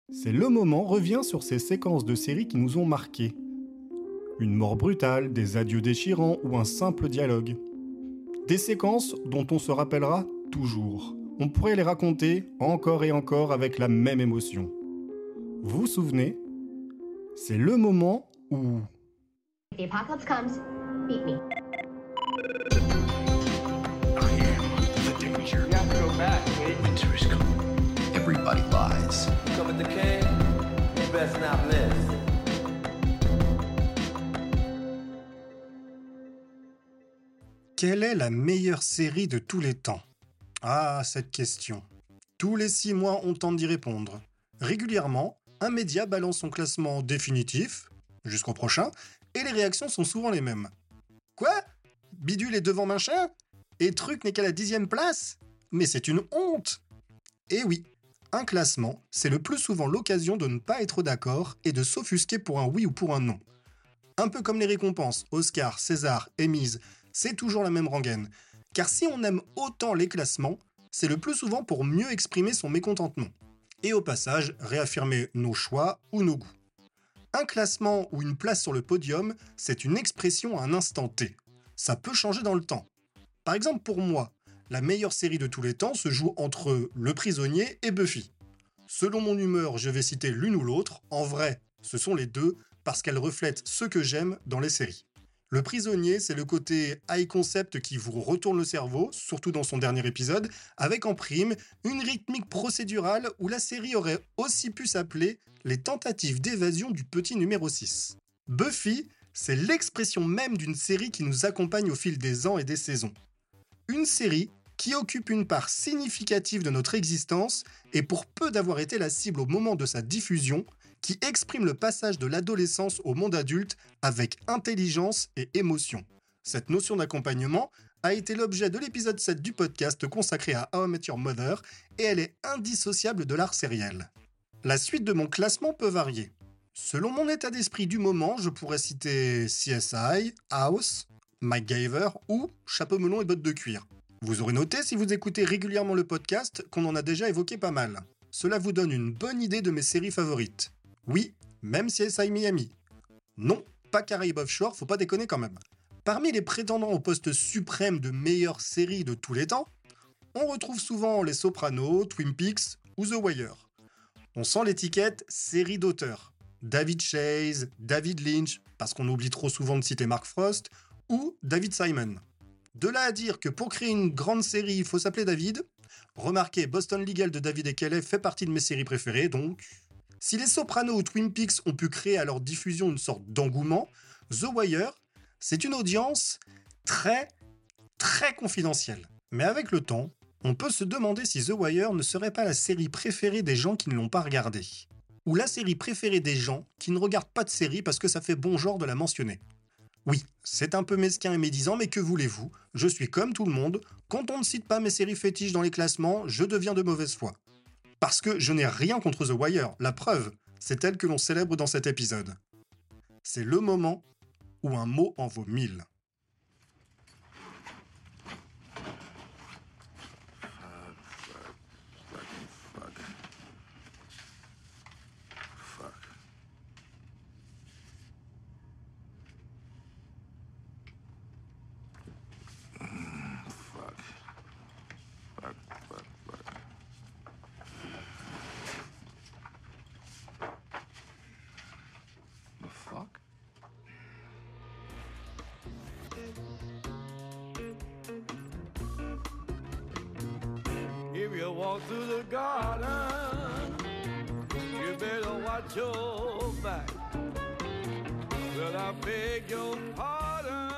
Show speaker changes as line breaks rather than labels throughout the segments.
C'est le moment revient sur ces séquences de séries qui nous ont marqués. Une mort brutale, des adieux déchirants ou un simple dialogue. Des séquences dont on se rappellera toujours. On pourrait les raconter encore et encore avec la même émotion. Vous vous souvenez ? C'est le moment où...
If the apocalypse comes, beat me.
I am the danger.
You have to go back, Wade.
Winter is coming. Everybody lies.
Come with the king, you best not miss.
Quelle est la meilleure série de tous les temps ? Ah, cette question. Tous les 6 mois, on tente d'y répondre. Régulièrement, un média balance son classement définitif, jusqu'au prochain, et les réactions sont souvent les mêmes. Quoi ? Bidule est devant machin ? Et truc n'est qu'à la 10e place ? Mais c'est une honte ! Eh oui, un classement, c'est le plus souvent l'occasion de ne pas être d'accord et de s'offusquer pour un oui ou pour un non. Un peu comme les récompenses, Oscar, César, Emmys, c'est toujours la même rengaine. Car si on aime autant les classements, c'est le plus souvent pour mieux exprimer son mécontentement. Et au passage, réaffirmer nos choix ou nos goûts. Un classement ou une place sur le podium, c'est une expression à un instant T. Ça peut changer dans le temps. Par exemple, pour moi, la meilleure série de tous les temps se joue entre Le Prisonnier et Buffy. Selon mon humeur, je vais citer l'une ou l'autre. En vrai, ce sont les deux, parce qu'elles reflètent ce que j'aime dans les séries. Le Prisonnier, c'est le côté high concept qui vous retourne le cerveau, surtout dans son dernier épisode, avec en prime une rythmique procédurale où la série aurait aussi pu s'appeler Les tentatives d'évasion du petit numéro 6. Buffy, c'est l'expression même d'une série qui nous accompagne au fil des ans et des saisons. Une série qui occupe une part significative de notre existence et pour peu d'avoir été la cible au moment de sa diffusion, qui exprime le passage de l'adolescence au monde adulte avec intelligence et émotion. Cette notion d'accompagnement a été l'objet de l'épisode 7 du podcast consacré à How I Met Your Mother et elle est indissociable de l'art sériel. La suite de mon classement peut varier. Selon mon état d'esprit du moment, je pourrais citer CSI, House, MacGyver ou Chapeau melon et bottes de cuir. Vous aurez noté si vous écoutez régulièrement le podcast qu'on en a déjà évoqué pas mal. Cela vous donne une bonne idée de mes séries favorites. Oui, même CSI Miami. Non, pas Caraïbes Offshore, faut pas déconner quand même. Parmi les prétendants au poste suprême de meilleure série de tous les temps, on retrouve souvent Les Sopranos, Twin Peaks ou The Wire. On sent l'étiquette série d'auteur. David Chase, David Lynch, parce qu'on oublie trop souvent de citer Mark Frost, ou David Simon. De là à dire que pour créer une grande série, il faut s'appeler David. Remarquez, Boston Legal de David Kelly fait partie de mes séries préférées, donc... Si les Sopranos ou Twin Peaks ont pu créer à leur diffusion une sorte d'engouement, The Wire, c'est une audience très confidentielle. Mais avec le temps, on peut se demander si The Wire ne serait pas la série préférée des gens qui ne l'ont pas regardée. Ou la série préférée des gens qui ne regardent pas de série parce que ça fait bon genre de la mentionner. Oui, c'est un peu mesquin et médisant, mais que voulez-vous ? Je suis comme tout le monde, quand on ne cite pas mes séries fétiches dans les classements, je deviens de mauvaise foi. Parce que je n'ai rien contre The Wire, la preuve, c'est elle que l'on célèbre dans cet épisode. C'est le moment où un mot en vaut 1000.
If you walk through the garden, you better watch your back. Will I beg your pardon?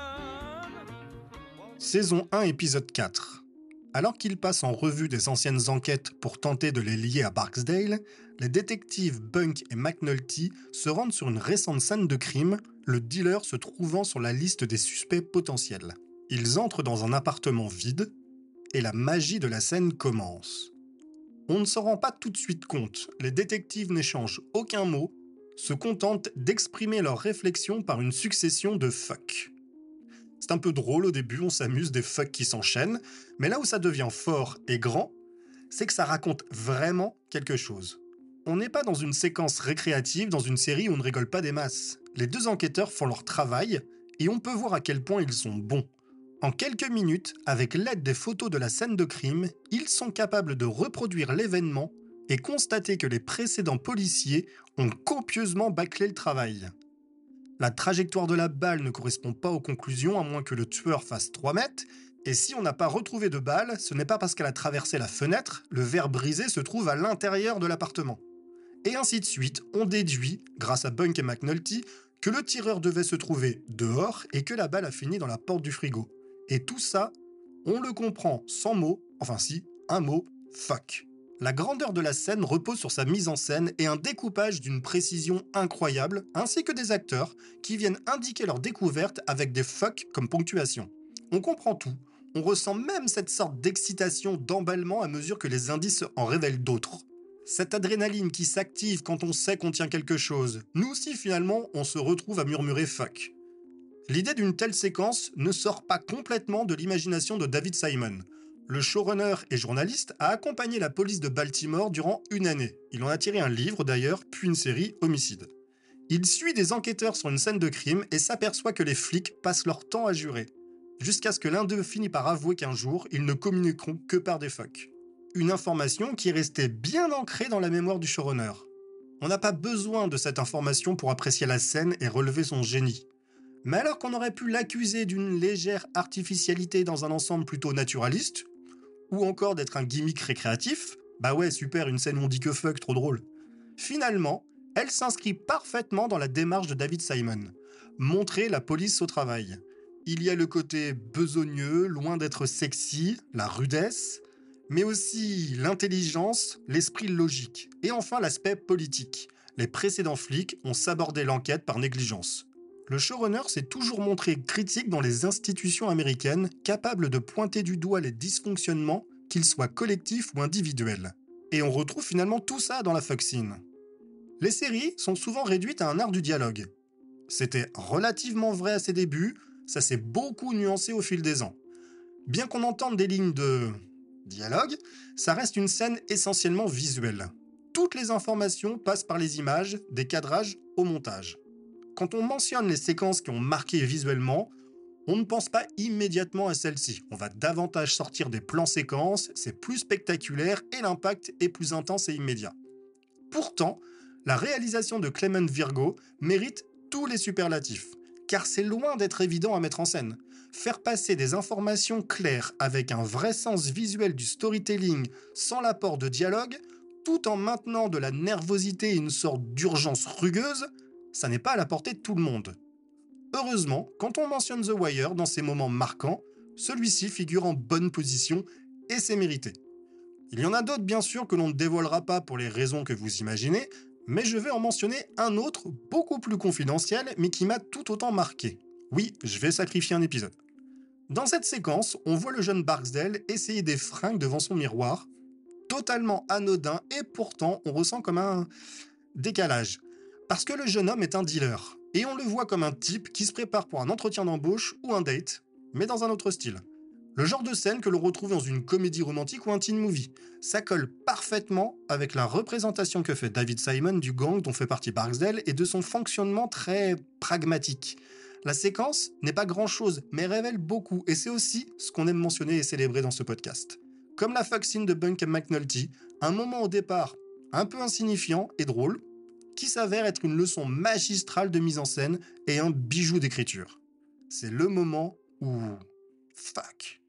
Saison 1, épisode 4. Alors qu'ils passent en revue des anciennes enquêtes pour tenter de les lier à Barksdale, les détectives Bunk et McNulty se rendent sur une récente scène de crime, le dealer se trouvant sur la liste des suspects potentiels. Ils entrent dans un appartement vide, et la magie de la scène commence. On ne s'en rend pas tout de suite compte, les détectives n'échangent aucun mot, se contentent d'exprimer leurs réflexions par une succession de fuck. C'est un peu drôle au début, on s'amuse des fuck qui s'enchaînent, mais là où ça devient fort et grand, c'est que ça raconte vraiment quelque chose. On n'est pas dans une séquence récréative dans une série où on ne rigole pas des masses. Les deux enquêteurs font leur travail et on peut voir à quel point ils sont bons. En quelques minutes, avec l'aide des photos de la scène de crime, ils sont capables de reproduire l'événement et constater que les précédents policiers ont copieusement bâclé le travail. La trajectoire de la balle ne correspond pas aux conclusions à moins que le tueur fasse 3 mètres, et si on n'a pas retrouvé de balle, ce n'est pas parce qu'elle a traversé la fenêtre, le verre brisé se trouve à l'intérieur de l'appartement. Et ainsi de suite, on déduit, grâce à Bunk et McNulty, que le tireur devait se trouver dehors et que la balle a fini dans la porte du frigo. Et tout ça, on le comprend sans mots, enfin si, un mot, fuck. La grandeur de la scène repose sur sa mise en scène et un découpage d'une précision incroyable, ainsi que des acteurs qui viennent indiquer leur découverte avec des fuck comme ponctuation. On comprend tout, on ressent même cette sorte d'excitation, d'emballement à mesure que les indices en révèlent d'autres. Cette adrénaline qui s'active quand on sait qu'on tient quelque chose. Nous aussi finalement, on se retrouve à murmurer fuck. L'idée d'une telle séquence ne sort pas complètement de l'imagination de David Simon. Le showrunner et journaliste a accompagné la police de Baltimore durant 1 année. Il en a tiré un livre d'ailleurs, puis une série, Homicide. Il suit des enquêteurs sur une scène de crime et s'aperçoit que les flics passent leur temps à jurer. Jusqu'à ce que l'un d'eux finisse par avouer qu'un jour, ils ne communiqueront que par des fuck. Une information qui est restée bien ancrée dans la mémoire du showrunner. On n'a pas besoin de cette information pour apprécier la scène et relever son génie. Mais alors qu'on aurait pu l'accuser d'une légère artificialité dans un ensemble plutôt naturaliste, ou encore d'être un gimmick récréatif, bah ouais super, une scène où on dit que fuck, trop drôle. Finalement, elle s'inscrit parfaitement dans la démarche de David Simon. Montrer la police au travail. Il y a le côté besogneux, loin d'être sexy, la rudesse, mais aussi l'intelligence, l'esprit logique, et enfin l'aspect politique. Les précédents flics ont sabordé l'enquête par négligence. Le showrunner s'est toujours montré critique dans les institutions américaines, capable de pointer du doigt les dysfonctionnements, qu'ils soient collectifs ou individuels. Et on retrouve finalement tout ça dans la fuck scene. Les séries sont souvent réduites à un art du dialogue. C'était relativement vrai à ses débuts, ça s'est beaucoup nuancé au fil des ans. Bien qu'on entende des lignes de dialogue, ça reste une scène essentiellement visuelle. Toutes les informations passent par les images, des cadrages au montage. Quand on mentionne les séquences qui ont marqué visuellement, on ne pense pas immédiatement à celles-ci. On va davantage sortir des plans séquences, c'est plus spectaculaire et l'impact est plus intense et immédiat. Pourtant, la réalisation de Clement Virgo mérite tous les superlatifs, car c'est loin d'être évident à mettre en scène. Faire passer des informations claires avec un vrai sens visuel du storytelling sans l'apport de dialogue, tout en maintenant de la nervosité et une sorte d'urgence rugueuse, ça n'est pas à la portée de tout le monde. Heureusement, quand on mentionne The Wire dans ces moments marquants, celui-ci figure en bonne position et c'est mérité. Il y en a d'autres bien sûr que l'on ne dévoilera pas pour les raisons que vous imaginez, mais je vais en mentionner un autre, beaucoup plus confidentiel, mais qui m'a tout autant marqué. Oui, je vais sacrifier un épisode. Dans cette séquence, on voit le jeune Barksdale essayer des fringues devant son miroir, totalement anodin, et pourtant on ressent comme un décalage. Parce que le jeune homme est un dealer, et on le voit comme un type qui se prépare pour un entretien d'embauche ou un date, mais dans un autre style. Le genre de scène que l'on retrouve dans une comédie romantique ou un teen movie. Ça colle parfaitement avec la représentation que fait David Simon du gang dont fait partie Barksdale et de son fonctionnement très pragmatique. La séquence n'est pas grand-chose, mais révèle beaucoup, et c'est aussi ce qu'on aime mentionner et célébrer dans ce podcast. Comme la fuck scene de Bunk et McNulty, un moment au départ un peu insignifiant et drôle, qui s'avère être une leçon magistrale de mise en scène et un bijou d'écriture. C'est le moment où... fuck.